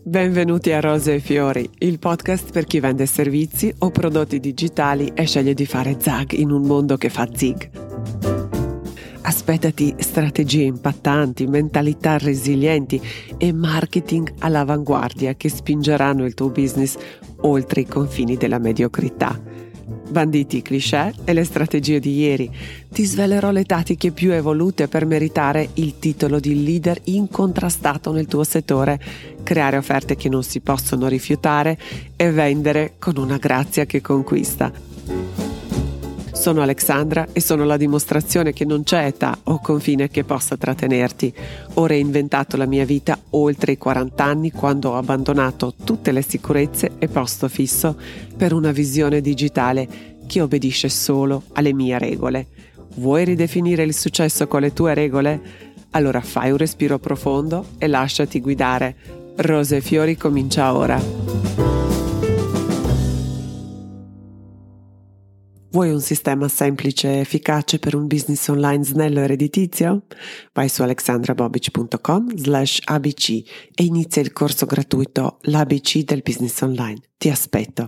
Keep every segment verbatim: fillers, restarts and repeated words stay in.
Benvenuti a Rose e Fiori, il podcast per chi vende servizi o prodotti digitali e sceglie di fare zag in un mondo che fa zig. Aspettati strategie impattanti, mentalità resilienti e marketing all'avanguardia che spingeranno il tuo business oltre i confini della mediocrità. Banditi i cliché e le strategie di ieri, ti svelerò le tattiche più evolute per meritare il titolo di leader incontrastato nel tuo settore, creare offerte che non si possono rifiutare e vendere con una grazia che conquista. Sono Alexandra e sono la dimostrazione che non c'è età o confine che possa trattenerti. Ho reinventato la mia vita oltre i quaranta anni quando ho abbandonato tutte le sicurezze e posto fisso per una visione digitale che obbedisce solo alle mie regole. Vuoi ridefinire il successo con le tue regole? Allora fai un respiro profondo e lasciati guidare. Rose e Fiori comincia ora. Vuoi un sistema semplice e efficace per un business online snello e redditizio? Vai su alexandrabobic punto com slash abc e inizia il corso gratuito L'A B C del business online. Ti aspetto.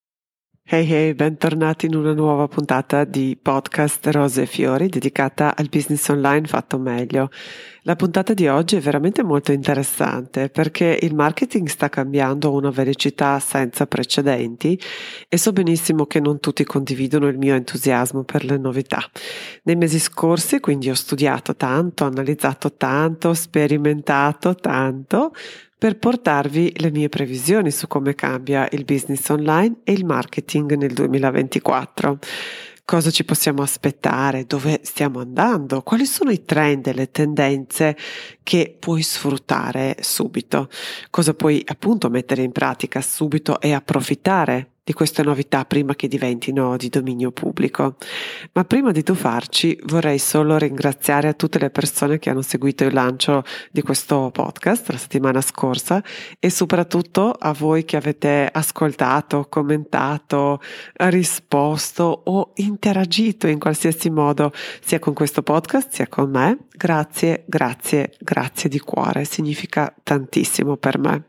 Hey hey, bentornati in una nuova puntata di podcast Rose e Fiori dedicata al business online fatto meglio. La puntata di oggi è veramente molto interessante perché il marketing sta cambiando a una velocità senza precedenti e so benissimo che non tutti condividono il mio entusiasmo per le novità. Nei mesi scorsi quindi ho studiato tanto, analizzato tanto, sperimentato tanto per portarvi le mie previsioni su come cambia il business online e il marketing nel duemilaventiquattro. Cosa ci possiamo aspettare? Dove stiamo andando? Quali sono i trend e le tendenze che puoi sfruttare subito? Cosa puoi appunto mettere in pratica subito e approfittare di queste novità prima che diventino di dominio pubblico? Ma prima di tuffarci vorrei solo ringraziare a tutte le persone che hanno seguito il lancio di questo podcast la settimana scorsa e soprattutto a voi che avete ascoltato, commentato, risposto o interagito in qualsiasi modo sia con questo podcast sia con me. Grazie, grazie, grazie di cuore, significa tantissimo per me.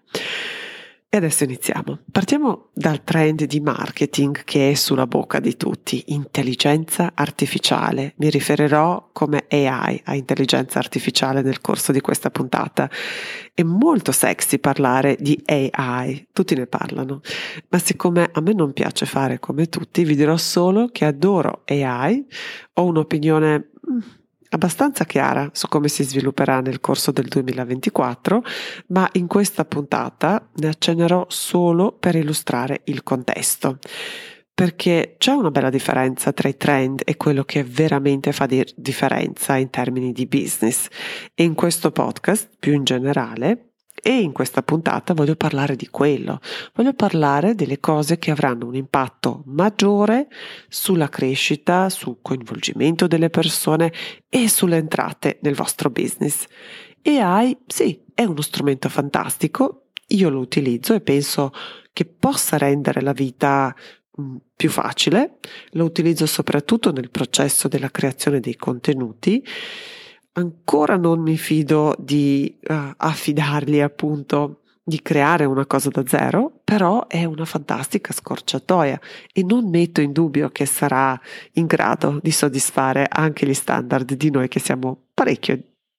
E adesso iniziamo. Partiamo dal trend di marketing che è sulla bocca di tutti, intelligenza artificiale. Mi riferirò come A I a intelligenza artificiale nel corso di questa puntata. È molto sexy parlare di A I, tutti ne parlano, ma siccome a me non piace fare come tutti, vi dirò solo che adoro A I, ho un'opinione abbastanza chiara su come si svilupperà nel corso del duemilaventiquattro, ma in questa puntata ne accennerò solo per illustrare il contesto, perché c'è una bella differenza tra i trend e quello che veramente fa di differenza in termini di business. E in questo podcast, più in generale, e in questa puntata voglio parlare di quello, voglio parlare delle cose che avranno un impatto maggiore sulla crescita, sul coinvolgimento delle persone e sulle entrate nel vostro business. A I, sì, è uno strumento fantastico, io lo utilizzo e penso che possa rendere la vita mh, più facile, lo utilizzo soprattutto nel processo della creazione dei contenuti. Ancora non mi fido di uh, affidargli appunto di creare una cosa da zero, però è una fantastica scorciatoia e non metto in dubbio che sarà in grado di soddisfare anche gli standard di noi che siamo parecchio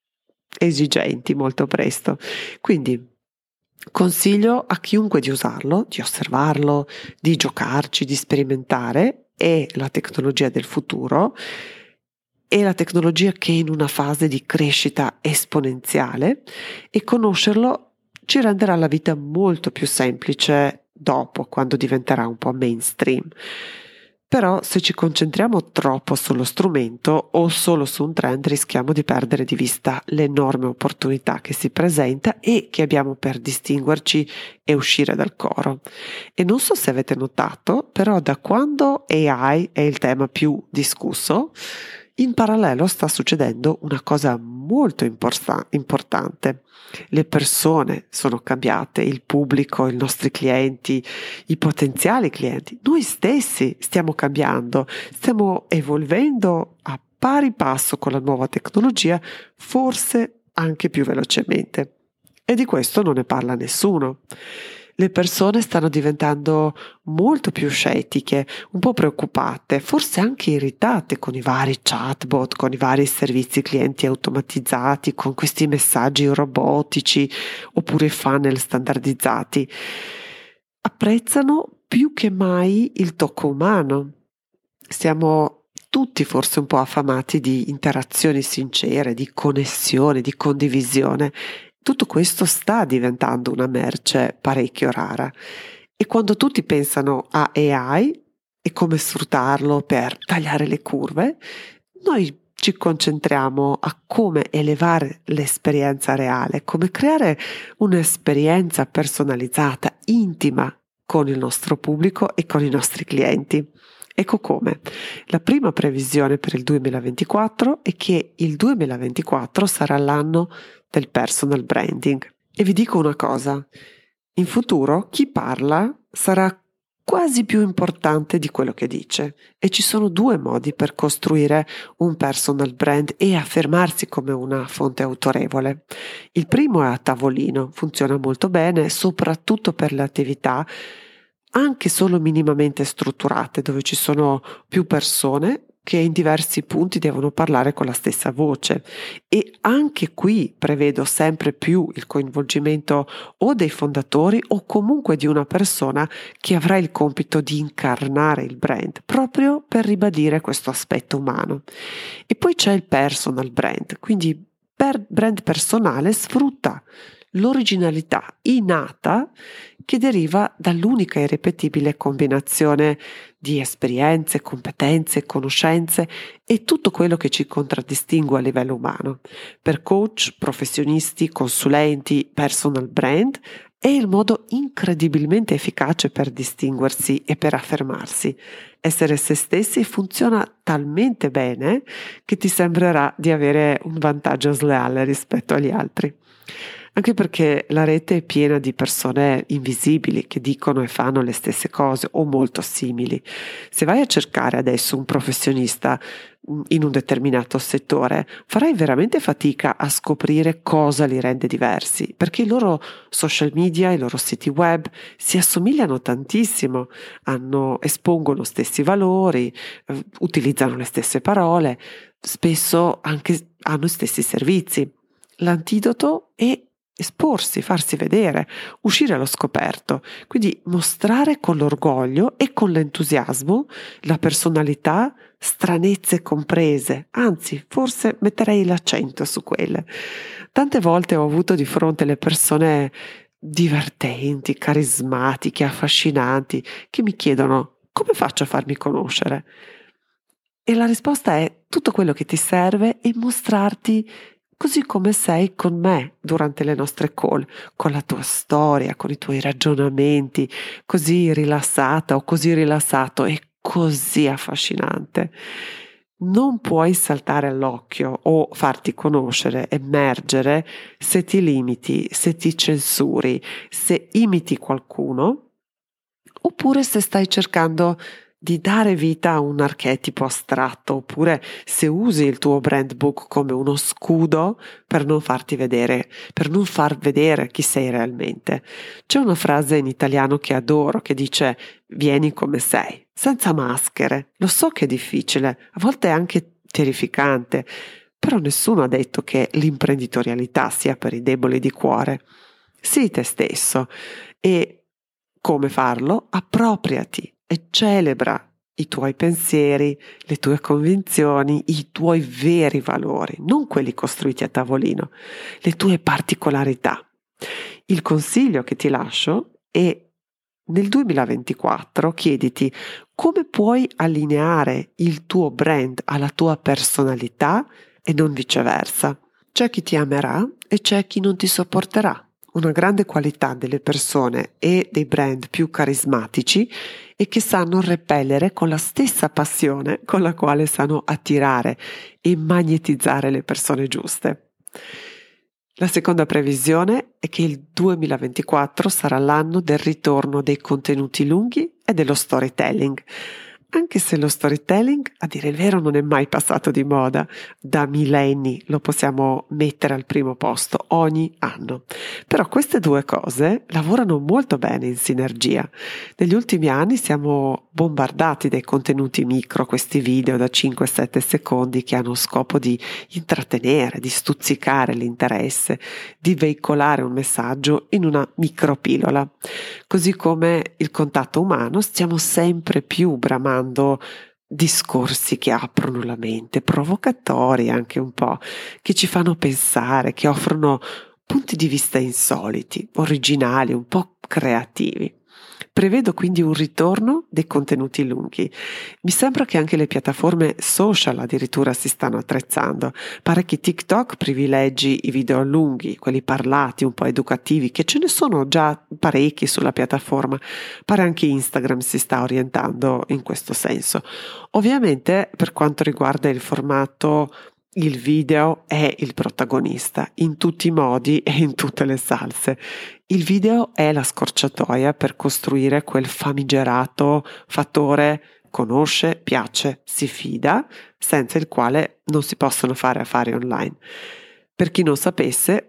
esigenti molto presto. Quindi consiglio a chiunque di usarlo, di osservarlo, di giocarci, di sperimentare. È la tecnologia del futuro. È la tecnologia che è in una fase di crescita esponenziale e conoscerlo ci renderà la vita molto più semplice dopo, quando diventerà un po' mainstream. Però se ci concentriamo troppo sullo strumento o solo su un trend rischiamo di perdere di vista l'enorme opportunità che si presenta e che abbiamo per distinguerci e uscire dal coro. E non so se avete notato, però da quando A I è il tema più discusso, in parallelo sta succedendo una cosa molto importa- importante. Le persone sono cambiate, il pubblico, i nostri clienti, i potenziali clienti, noi stessi stiamo cambiando, stiamo evolvendo a pari passo con la nuova tecnologia, forse anche più velocemente. E di questo non ne parla nessuno. Le persone stanno diventando molto più scettiche, un po' preoccupate, forse anche irritate con i vari chatbot, con i vari servizi clienti automatizzati, con questi messaggi robotici oppure funnel standardizzati. Apprezzano più che mai il tocco umano. Siamo tutti forse un po' affamati di interazioni sincere, di connessione, di condivisione. Tutto questo sta diventando una merce parecchio rara e quando tutti pensano a A I e come sfruttarlo per tagliare le curve, noi ci concentriamo a come elevare l'esperienza reale, come creare un'esperienza personalizzata, intima con il nostro pubblico e con i nostri clienti. Ecco come. La prima previsione per il duemilaventiquattro è che il duemilaventiquattro sarà l'anno del personal branding. E vi dico una cosa, in futuro chi parla sarà quasi più importante di quello che dice e ci sono due modi per costruire un personal brand e affermarsi come una fonte autorevole. Il primo è a tavolino, funziona molto bene soprattutto per le attività anche solo minimamente strutturate, dove ci sono più persone che in diversi punti devono parlare con la stessa voce. E anche qui prevedo sempre più il coinvolgimento o dei fondatori o comunque di una persona che avrà il compito di incarnare il brand, proprio per ribadire questo aspetto umano. E poi c'è il personal brand, quindi per brand personale sfrutta l'originalità innata che deriva dall'unica e irripetibile combinazione di esperienze, competenze, conoscenze e tutto quello che ci contraddistingue a livello umano. Per coach, professionisti, consulenti, personal brand è il modo incredibilmente efficace per distinguersi e per affermarsi. Essere se stessi funziona talmente bene che ti sembrerà di avere un vantaggio sleale rispetto agli altri. Anche perché la rete è piena di persone invisibili che dicono e fanno le stesse cose o molto simili. Se vai a cercare adesso un professionista in un determinato settore, farai veramente fatica a scoprire cosa li rende diversi, perché i loro social media, i loro siti web si assomigliano tantissimo, hanno, espongono gli stessi valori, eh, utilizzano le stesse parole, spesso anche hanno gli stessi servizi. L'antidoto è esporsi, farsi vedere, uscire allo scoperto, quindi mostrare con l'orgoglio e con l'entusiasmo la personalità, stranezze comprese, anzi forse metterei l'accento su quelle. Tante volte ho avuto di fronte le persone divertenti, carismatiche, affascinanti, che mi chiedono come faccio a farmi conoscere? E la risposta è tutto quello che ti serve è mostrarti così come sei con me durante le nostre call, con la tua storia, con i tuoi ragionamenti, così rilassata o così rilassato e così affascinante. Non puoi saltare all'occhio o farti conoscere, emergere se ti limiti, se ti censuri, se imiti qualcuno, oppure se stai cercando di dare vita a un archetipo astratto, oppure se usi il tuo brand book come uno scudo per non farti vedere, per non far vedere chi sei realmente. C'è una frase in italiano che adoro che dice vieni come sei, senza maschere. Lo so che è difficile, a volte è anche terrificante, però nessuno ha detto che l'imprenditorialità sia per i deboli di cuore. Sii te stesso e come farlo? Appropriati e celebra i tuoi pensieri, le tue convinzioni, i tuoi veri valori, non quelli costruiti a tavolino, le tue particolarità. Il consiglio che ti lascio è nel duemilaventiquattro chiediti come puoi allineare il tuo brand alla tua personalità e non viceversa. C'è chi ti amerà e c'è chi non ti sopporterà. Una grande qualità delle persone e dei brand più carismatici è che sanno repellere con la stessa passione con la quale sanno attirare e magnetizzare le persone giuste. La seconda previsione è che il duemilaventiquattro sarà l'anno del ritorno dei contenuti lunghi e dello storytelling. Anche se lo storytelling, a dire il vero, non è mai passato di moda, da millenni lo possiamo mettere al primo posto ogni anno. Però queste due cose lavorano molto bene in sinergia. Negli ultimi anni siamo bombardati dai contenuti micro, questi video da cinque sette secondi che hanno scopo di intrattenere, di stuzzicare l'interesse, di veicolare un messaggio in una micropillola. Così come il contatto umano, stiamo sempre più bramando discorsi che aprono la mente, provocatori anche un po', che ci fanno pensare, che offrono punti di vista insoliti, originali, un po' creativi. Prevedo quindi un ritorno dei contenuti lunghi. Mi sembra che anche le piattaforme social addirittura si stanno attrezzando. Pare che TikTok privilegi i video lunghi, quelli parlati, un po' educativi, che ce ne sono già parecchi sulla piattaforma. Pare anche Instagram si sta orientando in questo senso. Ovviamente, per quanto riguarda il formato, il video è il protagonista in tutti i modi e in tutte le salse. Il video è la scorciatoia per costruire quel famigerato fattore conosce, piace, si fida, senza il quale non si possono fare affari online. Per chi non sapesse,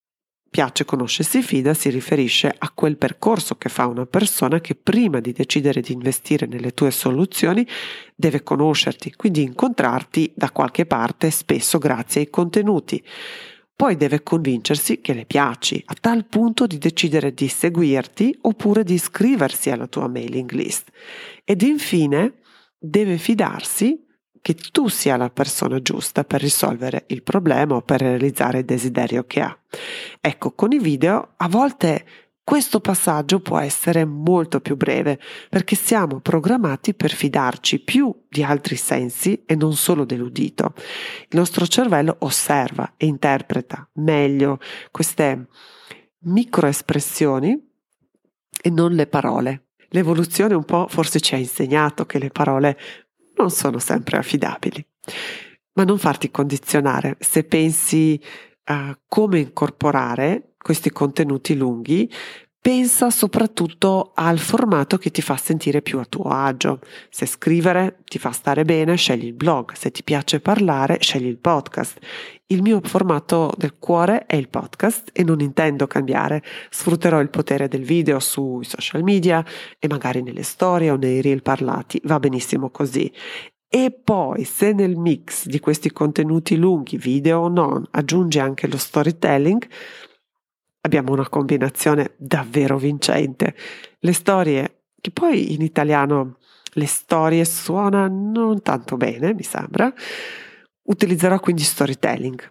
piace, conosce, si fida si riferisce a quel percorso che fa una persona che prima di decidere di investire nelle tue soluzioni deve conoscerti, quindi incontrarti da qualche parte, spesso grazie ai contenuti. Poi deve convincersi che le piaci, a tal punto di decidere di seguirti oppure di iscriversi alla tua mailing list. Ed infine deve fidarsi che tu sia la persona giusta per risolvere il problema o per realizzare il desiderio che ha. Ecco, con i video a volte questo passaggio può essere molto più breve, perché siamo programmati per fidarci più di altri sensi e non solo dell'udito. Il nostro cervello osserva e interpreta meglio queste microespressioni e non le parole. L'evoluzione un po' forse ci ha insegnato che le parole non sono sempre affidabili. Ma non farti condizionare. Se pensi a come incorporare questi contenuti lunghi, pensa soprattutto al formato che ti fa sentire più a tuo agio. Se scrivere ti fa stare bene, scegli il blog. Se ti piace parlare, scegli il podcast. Il mio formato del cuore è il podcast e non intendo cambiare. Sfrutterò il potere del video sui social media e magari nelle storie o nei reel parlati. Va benissimo così. E poi, se nel mix di questi contenuti lunghi, video o non, aggiungi anche lo storytelling, abbiamo una combinazione davvero vincente. Le storie, che poi in italiano le storie suona non tanto bene, mi sembra, utilizzerò quindi storytelling.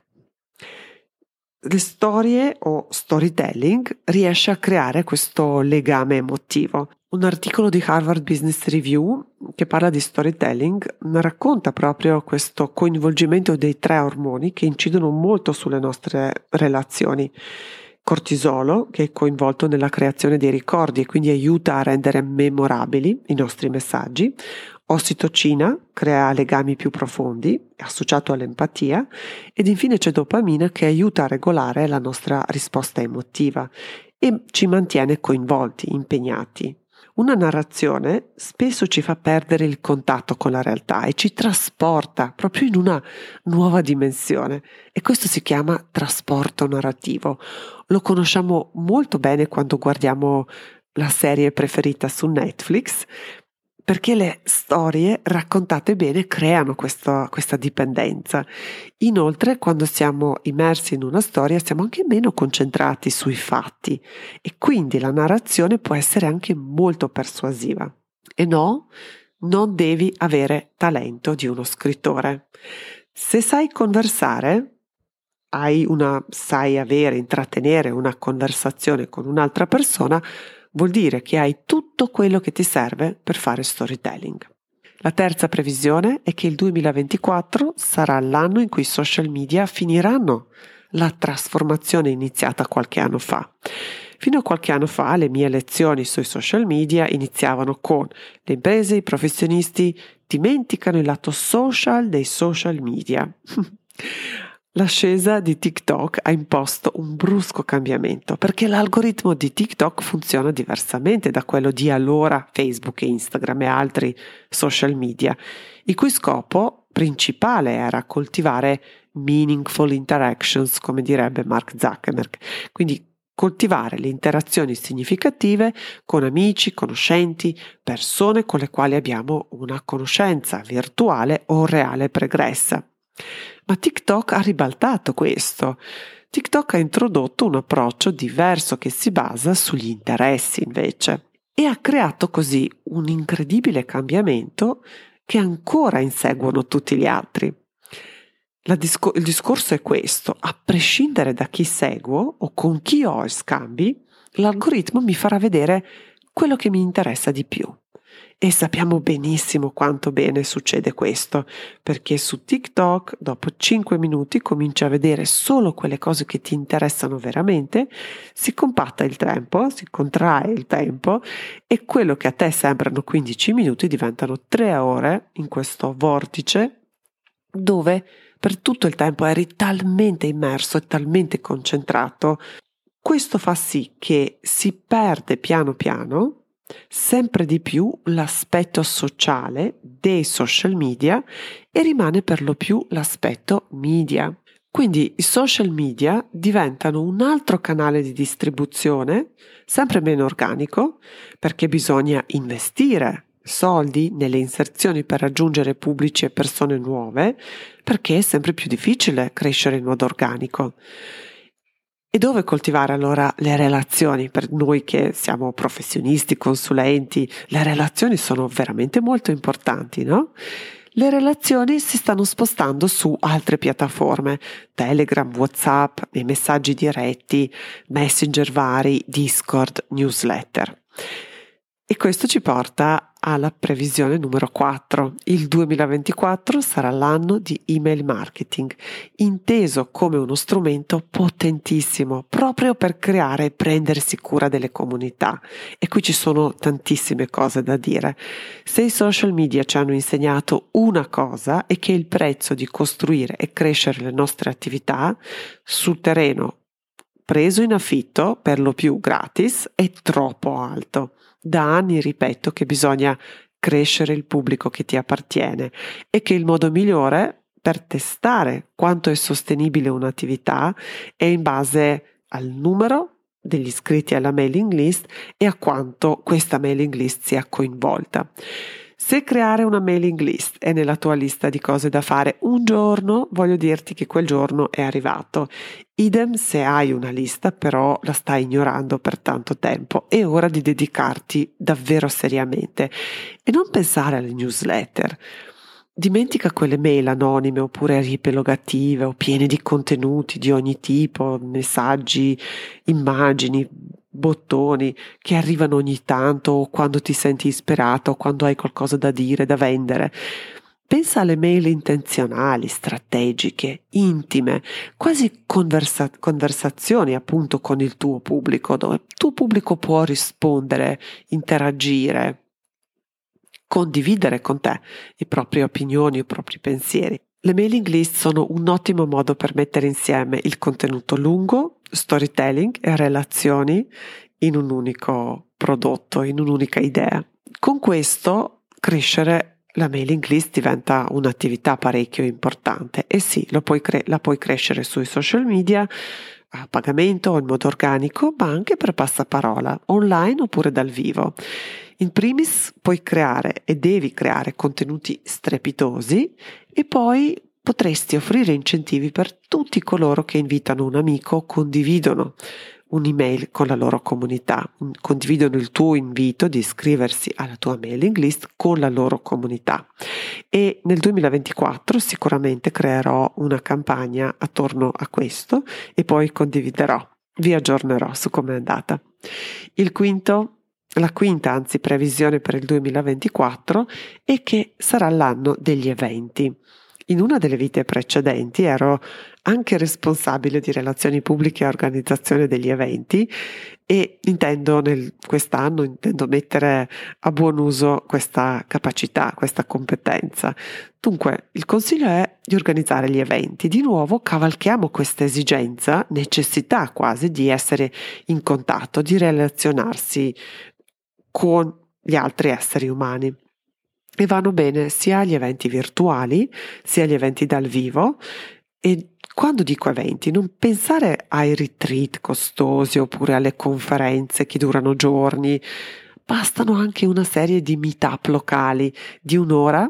Le storie o storytelling riesce a creare questo legame emotivo. Un articolo di Harvard Business Review che parla di storytelling racconta proprio questo coinvolgimento dei tre ormoni che incidono molto sulle nostre relazioni. Cortisolo, che è coinvolto nella creazione dei ricordi e quindi aiuta a rendere memorabili i nostri messaggi. Ossitocina, crea legami più profondi, è associato all'empatia. Ed infine c'è dopamina, che aiuta a regolare la nostra risposta emotiva e ci mantiene coinvolti, impegnati. Una narrazione spesso ci fa perdere il contatto con la realtà e ci trasporta proprio in una nuova dimensione, e questo si chiama trasporto narrativo. Lo conosciamo molto bene quando guardiamo la serie preferita su Netflix, perché le storie raccontate bene creano questa, questa dipendenza. Inoltre, quando siamo immersi in una storia, siamo anche meno concentrati sui fatti e quindi la narrazione può essere anche molto persuasiva. E no, non devi avere talento di uno scrittore. Se sai conversare, hai una, sai avere, intrattenere una conversazione con un'altra persona, vuol dire che hai tutto quello che ti serve per fare storytelling. La terza previsione è che il duemilaventiquattro sarà l'anno in cui i social media finiranno la trasformazione iniziata qualche anno fa. Fino a qualche anno fa le mie lezioni sui social media iniziavano con: le imprese, i professionisti dimenticano il lato social dei social media. L'ascesa di TikTok ha imposto un brusco cambiamento perché l'algoritmo di TikTok funziona diversamente da quello di allora Facebook e Instagram e altri social media, il cui scopo principale era coltivare meaningful interactions, come direbbe Mark Zuckerberg, quindi coltivare le interazioni significative con amici, conoscenti, persone con le quali abbiamo una conoscenza virtuale o reale pregressa. Ma TikTok ha ribaltato questo. TikTok ha introdotto un approccio diverso che si basa sugli interessi invece e ha creato così un incredibile cambiamento che ancora inseguono tutti gli altri. La discor- il discorso è questo: a prescindere da chi seguo o con chi ho scambi, l'algoritmo mi farà vedere quello che mi interessa di più. E sappiamo benissimo quanto bene succede questo, perché su TikTok dopo cinque minuti cominci a vedere solo quelle cose che ti interessano veramente, si compatta il tempo, si contrae il tempo e quello che a te sembrano quindici minuti diventano tre ore in questo vortice dove per tutto il tempo eri talmente immerso e talmente concentrato. Questo fa sì che si perde piano piano sempre di più l'aspetto sociale dei social media e rimane per lo più l'aspetto media. Quindi i social media diventano un altro canale di distribuzione, sempre meno organico, perché bisogna investire soldi nelle inserzioni per raggiungere pubblici e persone nuove, perché è sempre più difficile crescere in modo organico. E dove coltivare allora le relazioni? Per noi che siamo professionisti, consulenti, le relazioni sono veramente molto importanti, no? Le relazioni si stanno spostando su altre piattaforme, Telegram, WhatsApp, i messaggi diretti, Messenger vari, Discord, newsletter. E questo ci porta alla previsione numero quattro. Il duemilaventiquattro sarà l'anno di email marketing, inteso come uno strumento potentissimo proprio per creare e prendersi cura delle comunità. E qui ci sono tantissime cose da dire. Se i social media ci hanno insegnato una cosa è che il prezzo di costruire e crescere le nostre attività sul terreno preso in affitto, per lo più gratis, è troppo alto. Da anni ripeto che bisogna crescere il pubblico che ti appartiene e che il modo migliore per testare quanto è sostenibile un'attività è in base al numero degli iscritti alla mailing list e a quanto questa mailing list sia coinvolta. Se creare una mailing list è nella tua lista di cose da fare un giorno, voglio dirti che quel giorno è arrivato. Idem se hai una lista però la stai ignorando per tanto tempo, è ora di dedicarti davvero seriamente e non pensare alle newsletter. Dimentica quelle mail anonime oppure riepilogative o piene di contenuti di ogni tipo, messaggi, immagini, bottoni che arrivano ogni tanto o quando ti senti ispirato o quando hai qualcosa da dire, da vendere. Pensa alle mail intenzionali, strategiche, intime, quasi conversa- conversazioni appunto con il tuo pubblico, dove il tuo pubblico può rispondere, interagire, condividere con te le proprie opinioni, i propri pensieri. Le mailing list sono un ottimo modo per mettere insieme il contenuto lungo, storytelling e relazioni in un unico prodotto, in un'unica idea. Con questo crescere la mailing list diventa un'attività parecchio importante e sì, lo puoi cre- la puoi crescere sui social media a pagamento o in modo organico, ma anche per passaparola, online oppure dal vivo. In primis puoi creare e devi creare contenuti strepitosi e poi potresti offrire incentivi per tutti coloro che invitano un amico o condividono un'email con la loro comunità, condividono il tuo invito di iscriversi alla tua mailing list con la loro comunità. E nel duemilaventiquattro sicuramente creerò una campagna attorno a questo e poi condividerò, vi aggiornerò su come è andata. Il quinto La quinta, anzi, previsione per il duemilaventiquattro è che sarà l'anno degli eventi. In una delle vite precedenti ero anche responsabile di relazioni pubbliche e organizzazione degli eventi e intendo nel quest'anno intendo mettere a buon uso questa capacità, questa competenza. Dunque, il consiglio è di organizzare gli eventi. Di nuovo cavalchiamo questa esigenza, necessità quasi di essere in contatto, di relazionarsi con gli altri esseri umani. E vanno bene sia gli eventi virtuali, sia gli eventi dal vivo. E quando dico eventi, non pensare ai retreat costosi oppure alle conferenze che durano giorni. Bastano anche una serie di meet-up locali di un'ora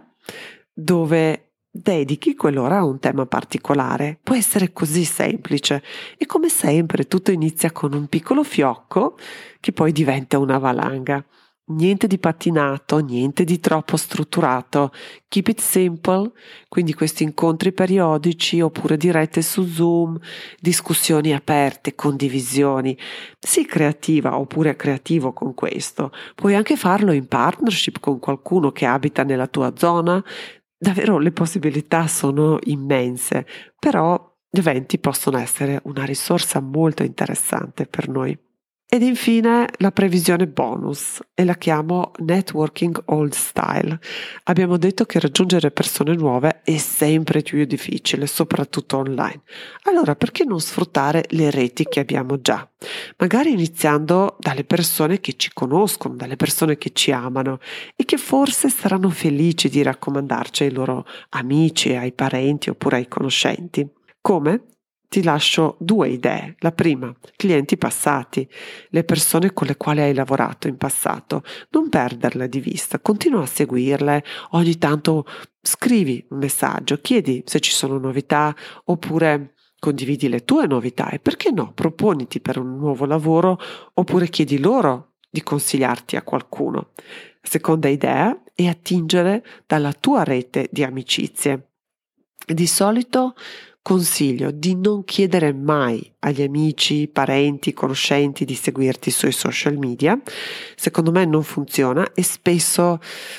dove dedichi quell'ora a un tema particolare. Può essere così semplice e come sempre tutto inizia con un piccolo fiocco che poi diventa una valanga. Niente di pattinato, niente di troppo strutturato, keep it simple, quindi questi incontri periodici oppure dirette su Zoom, discussioni aperte, condivisioni. Sii creativa oppure creativo con questo, puoi anche farlo in partnership con qualcuno che abita nella tua zona, davvero le possibilità sono immense, però gli eventi possono essere una risorsa molto interessante per noi. Ed infine la previsione bonus, e la chiamo Networking Old Style. Abbiamo detto che raggiungere persone nuove è sempre più difficile, soprattutto online. Allora perché non sfruttare le reti che abbiamo già? Magari iniziando dalle persone che ci conoscono, dalle persone che ci amano e che forse saranno felici di raccomandarci ai loro amici, ai parenti oppure ai conoscenti. Come? Ti lascio due idee. La prima, clienti passati, le persone con le quali hai lavorato in passato. Non perderle di vista, continua a seguirle, ogni tanto scrivi un messaggio, chiedi se ci sono novità oppure condividi le tue novità e perché no, proponiti per un nuovo lavoro oppure chiedi loro di consigliarti a qualcuno. Seconda idea è attingere dalla tua rete di amicizie. Di solito consiglio di non chiedere mai agli amici, parenti, conoscenti di seguirti sui social media. Secondo me non funziona e spesso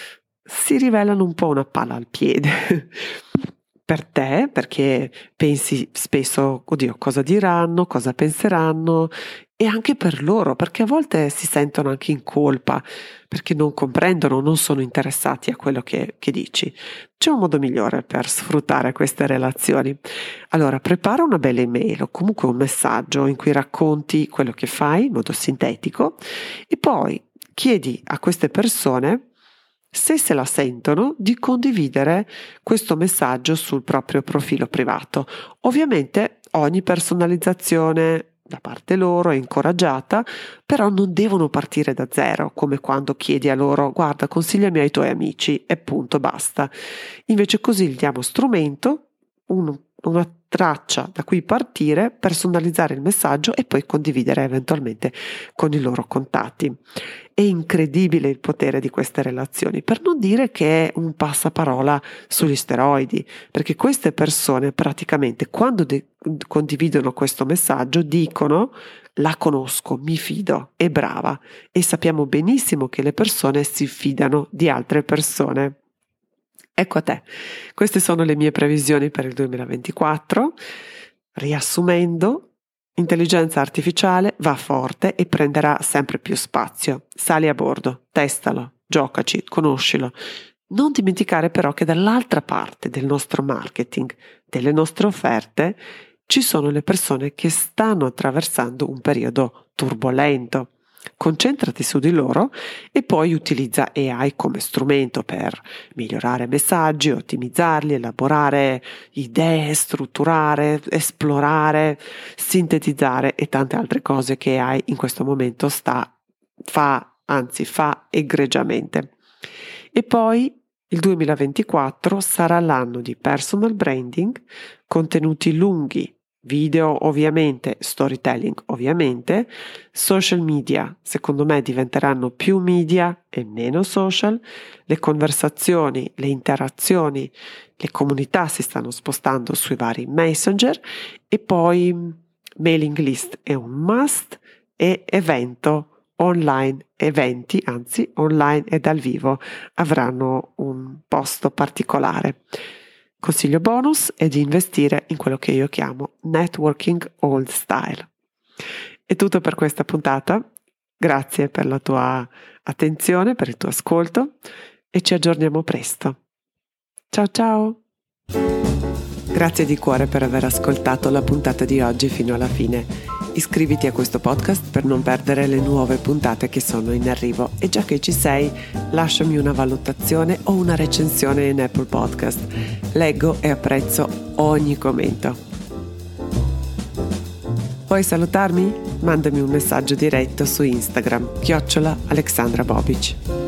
si rivelano un po' una palla al piede. Per te, perché pensi spesso, oddio, cosa diranno, cosa penseranno, e anche per loro, perché a volte si sentono anche in colpa, perché non comprendono, non sono interessati a quello che, che dici. C'è un modo migliore per sfruttare queste relazioni. Allora, prepara una bella email o comunque un messaggio in cui racconti quello che fai in modo sintetico e poi chiedi a queste persone, se se la sentono, di condividere questo messaggio sul proprio profilo privato. Ovviamente ogni personalizzazione da parte loro è incoraggiata, però non devono partire da zero, come quando chiedi a loro guarda, consigliami ai tuoi amici e punto, basta. Invece così gli diamo strumento, un, una traccia da cui partire, personalizzare il messaggio e poi condividere eventualmente con i loro contatti. È incredibile il potere di queste relazioni, per non dire che è un passaparola sugli steroidi, perché queste persone praticamente quando de- condividono questo messaggio dicono la conosco, mi fido, è brava, e sappiamo benissimo che le persone si fidano di altre persone. Ecco a te, queste sono le mie previsioni per il duemilaventiquattro. Riassumendo, intelligenza artificiale va forte e prenderà sempre più spazio. Sali a bordo, testalo, giocaci, conoscilo. Non dimenticare però che dall'altra parte del nostro marketing, delle nostre offerte, ci sono le persone che stanno attraversando un periodo turbolento. Concentrati su di loro e poi utilizza A I come strumento per migliorare messaggi, ottimizzarli, elaborare idee, strutturare, esplorare, sintetizzare e tante altre cose che A I in questo momento sta, fa, anzi fa egregiamente. E poi il duemilaventiquattro sarà l'anno di personal branding, contenuti lunghi, video ovviamente, storytelling ovviamente, social media secondo me diventeranno più media e meno social, le conversazioni, le interazioni, le comunità si stanno spostando sui vari messenger e poi mailing list è un must e evento online, eventi anzi online e dal vivo avranno un posto particolare. Consiglio bonus è di investire in quello che io chiamo networking old style. È tutto per questa puntata. Grazie per la tua attenzione, per il tuo ascolto e ci aggiorniamo presto. Ciao ciao! Grazie di cuore per aver ascoltato la puntata di oggi fino alla fine. Iscriviti a questo podcast per non perdere le nuove puntate che sono in arrivo e già che ci sei, lasciami una valutazione o una recensione in Apple Podcast. Leggo e apprezzo ogni commento. Vuoi salutarmi? Mandami un messaggio diretto su Instagram, chiocciola Alexandra Bobic.